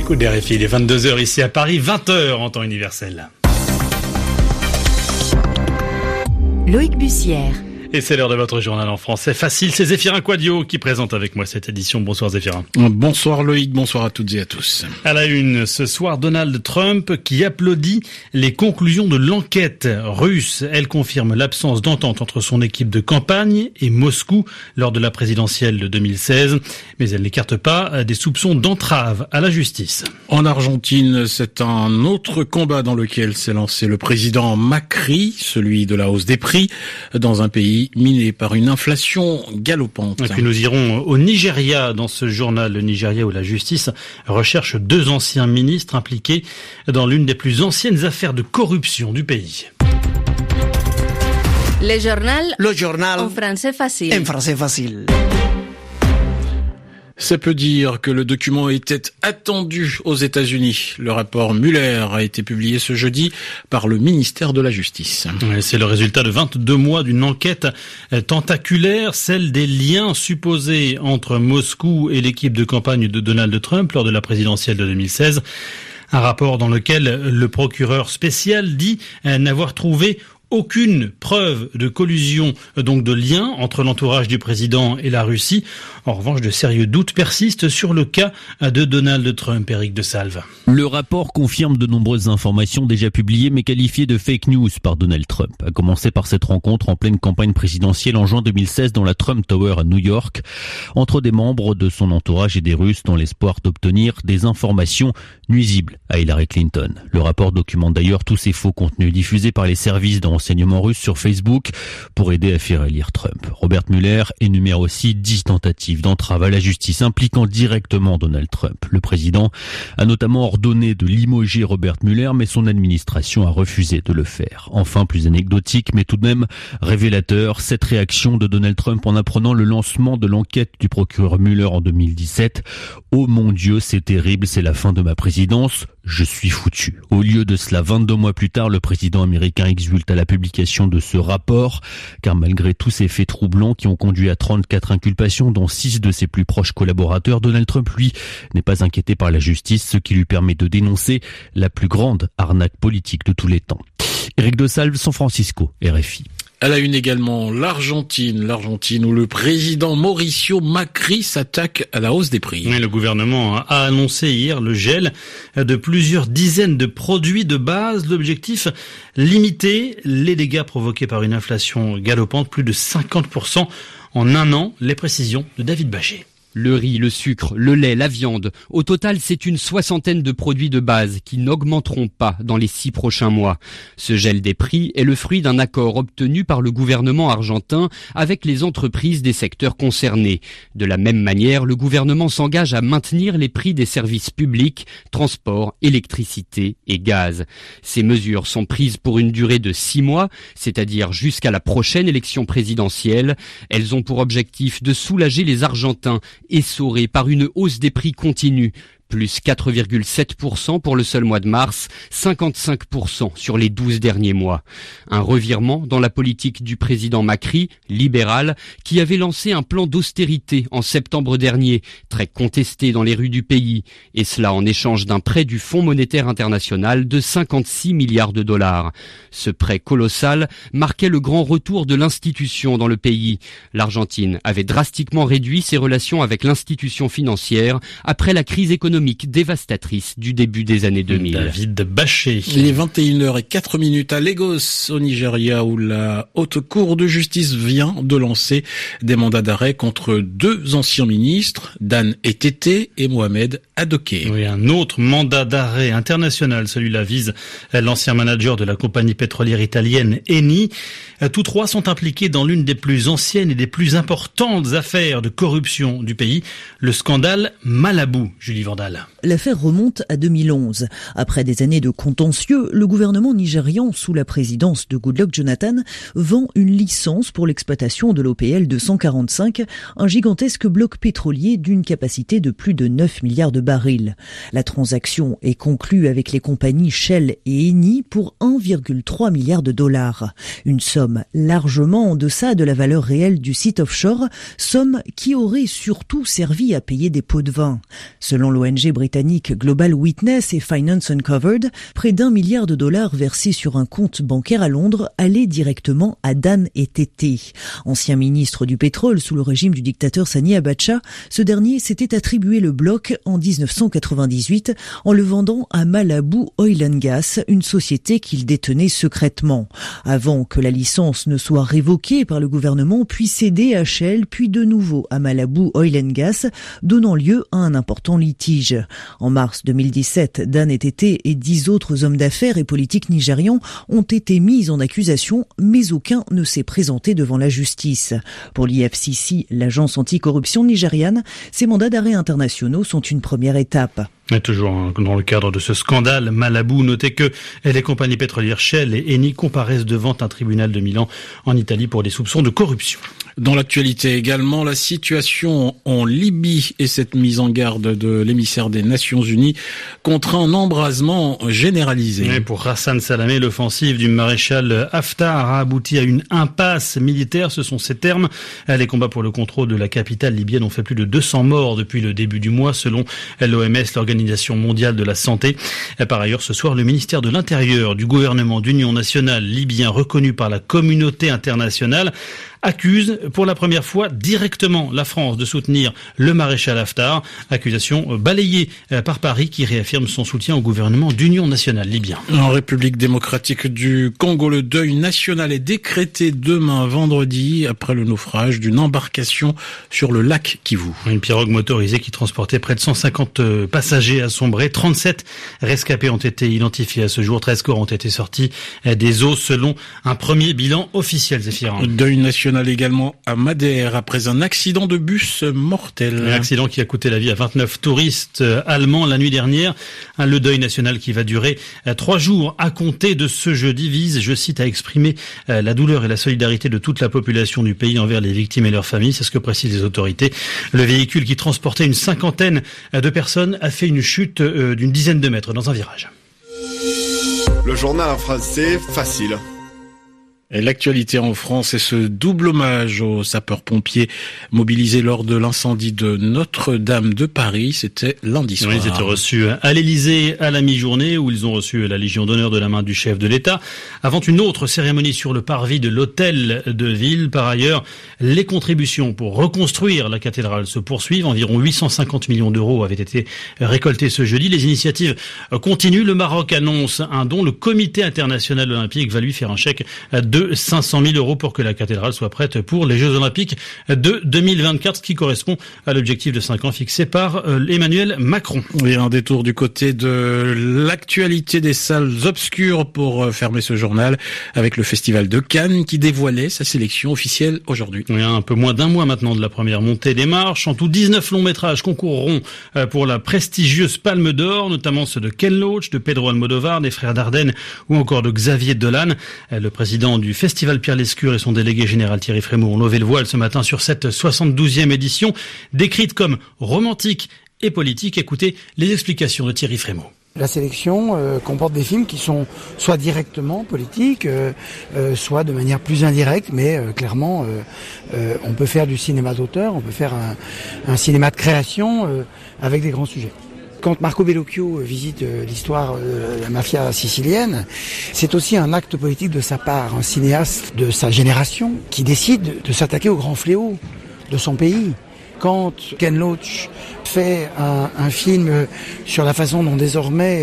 l'écoute des RFI, il est 22h ici à Paris, 20h en temps universel. Loïc Bussière. Et c'est l'heure de votre journal en français facile. C'est Zéphirin Quadio qui présente avec moi cette édition. Bonsoir Zéphirin. Bonsoir Loïc, bonsoir à toutes et à tous. À la une, ce soir, Donald Trump qui applaudit les conclusions de l'enquête russe. Elle confirme l'absence d'entente entre son équipe de campagne et Moscou lors de la présidentielle de 2016. Mais elle n'écarte pas des soupçons d'entrave à la justice. En Argentine, c'est un autre combat dans lequel s'est lancé le président Macri, celui de la hausse des prix dans un pays miné par une inflation galopante. Et puis nous irons au Nigeria dans ce journal, le Nigeria où la justice recherche 2 anciens ministres impliqués dans l'une des plus anciennes affaires de corruption du pays. Le journal en français facile. Ça peut dire que le document était attendu aux États-Unis. Le rapport Mueller a été publié ce jeudi par le ministère de la Justice. C'est le résultat de 22 mois d'une enquête tentaculaire, celle des liens supposés entre Moscou et l'équipe de campagne de Donald Trump lors de la présidentielle de 2016. Un rapport dans lequel le procureur spécial dit n'avoir trouvé aucune preuve de collusion, donc de lien entre l'entourage du président et la Russie. En revanche, de sérieux doutes persistent sur le cas de Donald Trump. Éric de Salve. Le rapport confirme de nombreuses informations déjà publiées mais qualifiées de fake news par Donald Trump. À commencer par cette rencontre en pleine campagne présidentielle en juin 2016 dans la Trump Tower à New York, entre des membres de son entourage et des Russes dans l'espoir d'obtenir des informations nuisibles à Hillary Clinton. Le rapport documente d'ailleurs tous ces faux contenus diffusés par les services de renseignement russes sur Facebook pour aider à faire élire Trump. Robert Mueller énumère aussi 10 tentatives d'entrave à la justice impliquant directement Donald Trump. Le président a notamment ordonné de limoger Robert Mueller, mais son administration a refusé de le faire. Enfin, plus anecdotique, mais tout de même révélateur, cette réaction de Donald Trump en apprenant le lancement de l'enquête du procureur Mueller en 2017. « Oh mon Dieu, c'est terrible, c'est la fin de ma présidence. Je suis foutu ». Au lieu de cela, 22 mois plus tard, le président américain exulte à la publication de ce rapport, car malgré tous ces faits troublants qui ont conduit à 34 inculpations, dont 6 de ses plus proches collaborateurs, Donald Trump, lui, n'est pas inquiété par la justice, ce qui lui permet de dénoncer la plus grande arnaque politique de tous les temps. Éric de Salve, San Francisco, RFI. À la une également, l'Argentine où le président Mauricio Macri s'attaque à la hausse des prix. Mais le gouvernement a annoncé hier le gel de plusieurs dizaines de produits de base. L'objectif, limiter les dégâts provoqués par une inflation galopante, plus de 50% en un an. Les précisions de David Bachet. Le riz, le sucre, le lait, la viande. Au total, c'est une 60aine de produits de base qui n'augmenteront pas dans les 6 prochains mois. Ce gel des prix est le fruit d'un accord obtenu par le gouvernement argentin avec les entreprises des secteurs concernés. De la même manière, le gouvernement s'engage à maintenir les prix des services publics, transport, électricité et gaz. Ces mesures sont prises pour une durée de 6 mois, c'est-à-dire jusqu'à la prochaine élection présidentielle. Elles ont pour objectif de soulager les Argentins essoré par une hausse des prix continue. Plus 4,7% pour le seul mois de mars, 55% sur les 12 derniers mois. Un revirement dans la politique du président Macri, libéral, qui avait lancé un plan d'austérité en septembre dernier, très contesté dans les rues du pays, et cela en échange d'un prêt du Fonds monétaire international de 56 milliards de dollars. Ce prêt colossal marquait le grand retour de l'institution dans le pays. L'Argentine avait drastiquement réduit ses relations avec l'institution financière après la crise économique dévastatrice du début des années 2000. David Bachet. Il est 21h04 à Lagos, au Nigeria, où la haute cour de justice vient de lancer des mandats d'arrêt contre 2 anciens ministres, Dan Etete et Mohamed Adoke. Oui, un autre mandat d'arrêt international, celui-là vise l'ancien manager de la compagnie pétrolière italienne Eni. Tous 3 sont impliqués dans l'une des plus anciennes et des plus importantes affaires de corruption du pays, le scandale Malabou. Julie Vandal. L'affaire remonte à 2011. Après des années de contentieux, le gouvernement nigérian, sous la présidence de Goodluck Jonathan, vend une licence pour l'exploitation de l'OPL 245, un gigantesque bloc pétrolier d'une capacité de plus de 9 milliards de baril. La transaction est conclue avec les compagnies Shell et Eni pour 1,3 milliard de dollars. Une somme largement en deçà de la valeur réelle du site offshore, somme qui aurait surtout servi à payer des pots de vin. Selon l'ONG britannique Global Witness et Finance Uncovered, près d'1 milliard de dollars versés sur un compte bancaire à Londres allaient directement à Dan Etete. Ancien ministre du pétrole sous le régime du dictateur Sani Abacha, ce dernier s'était attribué le bloc en 1998 en le vendant à Malibu Oil and Gas, une société qu'il détenait secrètement. Avant que la licence ne soit révoquée par le gouvernement, puis cédée à Shell, puis de nouveau à Malibu Oil and Gas, donnant lieu à un important litige. En mars 2017, Dan Etete et 10 autres hommes d'affaires et politiques nigérians ont été mis en accusation, mais aucun ne s'est présenté devant la justice. Pour l'IFCC, l'agence anticorruption nigériane, ces mandats d'arrêt internationaux sont une première étape. Et toujours dans le cadre de ce scandale, Malibu, notez que les compagnies pétrolières Shell et Eni comparaissent devant un tribunal de Milan en Italie pour des soupçons de corruption. Dans l'actualité également, la situation en Libye et cette mise en garde de l'émissaire des Nations Unies contre un embrasement généralisé. Et pour Hassan Salamé, l'offensive du maréchal Haftar a abouti à une impasse militaire, ce sont ses termes. Les combats pour le contrôle de la capitale libyenne ont fait plus de 200 morts depuis le début du mois, selon l'OMS, l'Organisation mondiale de la santé. Par ailleurs, ce soir, le ministère de l'Intérieur du gouvernement d'union nationale libyen reconnu par la communauté internationale accuse pour la première fois directement la France de soutenir le maréchal Haftar. Accusation balayée par Paris qui réaffirme son soutien au gouvernement d'union nationale libyen. En République démocratique du Congo, le deuil national est décrété demain vendredi après le naufrage d'une embarcation sur le lac Kivu. Une pirogue motorisée qui transportait près de 150 passagers a sombré. 37 rescapés ont été identifiés à ce jour. 13 corps ont été sortis des eaux selon un premier bilan officiel. Zéphirin. Deuil national également à Madère après un accident de bus mortel. Un accident qui a coûté la vie à 29 touristes allemands la nuit dernière. Le deuil national qui va durer 3 jours à compter de ce jeudi vise, je cite, à exprimer la douleur et la solidarité de toute la population du pays envers les victimes et leurs familles. C'est ce que précisent les autorités. Le véhicule qui transportait une cinquantaine de personnes a fait une chute d'une dizaine de mètres dans un virage. Le journal en français facile. Et l'actualité en France est ce double hommage aux sapeurs-pompiers mobilisés lors de l'incendie de Notre-Dame de Paris. C'était lundi soir. Ils étaient reçus à l'Élysée à la mi-journée où ils ont reçu la Légion d'honneur de la main du chef de l'État avant une autre cérémonie sur le parvis de l'hôtel de ville. Par ailleurs, les contributions pour reconstruire la cathédrale se poursuivent. Environ 850 millions d'euros avaient été récoltés ce jeudi. Les initiatives continuent. Le Maroc annonce un don. Le Comité international olympique va lui faire un chèque de 500 000 euros pour que la cathédrale soit prête pour les Jeux Olympiques de 2024, ce qui correspond à l'objectif de 5 ans fixé par Emmanuel Macron. Et un détour du côté de l'actualité des salles obscures pour fermer ce journal avec le Festival de Cannes qui dévoilait sa sélection officielle aujourd'hui. Il y a un peu moins d'un mois maintenant de la première montée des marches. En tout, 19 longs métrages concourront pour la prestigieuse Palme d'Or, notamment ceux de Ken Loach, de Pedro Almodovar, des frères Dardenne ou encore de Xavier Dolan. Le président du Festival Pierre Lescure et son délégué général Thierry Frémaux ont levé le voile ce matin sur cette 72e édition, décrite comme romantique et politique. Écoutez les explications de Thierry Frémaux. La sélection comporte des films qui sont soit directement politiques, soit de manière plus indirecte, mais clairement, on peut faire du cinéma d'auteur, on peut faire un cinéma de création avec des grands sujets. Quand Marco Bellocchio visite l'histoire de la mafia sicilienne, c'est aussi un acte politique de sa part, un cinéaste de sa génération qui décide de s'attaquer aux grands fléaux de son pays. Quand Ken Loach fait un film sur la façon dont désormais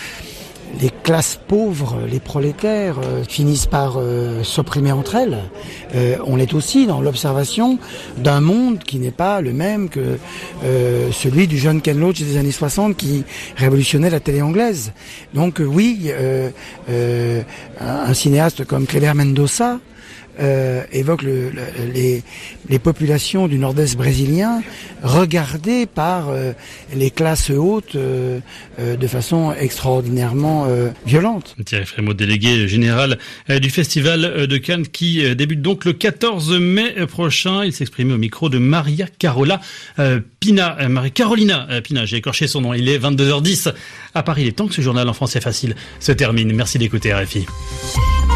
les classes pauvres, les prolétaires, finissent par s'opprimer entre elles, on est aussi dans l'observation d'un monde qui n'est pas le même que celui du jeune Ken Loach des années 60 qui révolutionnait la télé anglaise. Donc oui, un cinéaste comme Kleber Mendoza évoque les populations du nord-est brésilien regardées par les classes hautes de façon extraordinairement violente. Thierry Frémaux, délégué général du Festival de Cannes qui débute donc le 14 mai prochain. Il s'exprimait au micro de Maria Carolina Pina, j'ai écorché son nom. Il est 22h10 à Paris. Il est temps que ce journal en français facile se termine. Merci d'écouter RFI.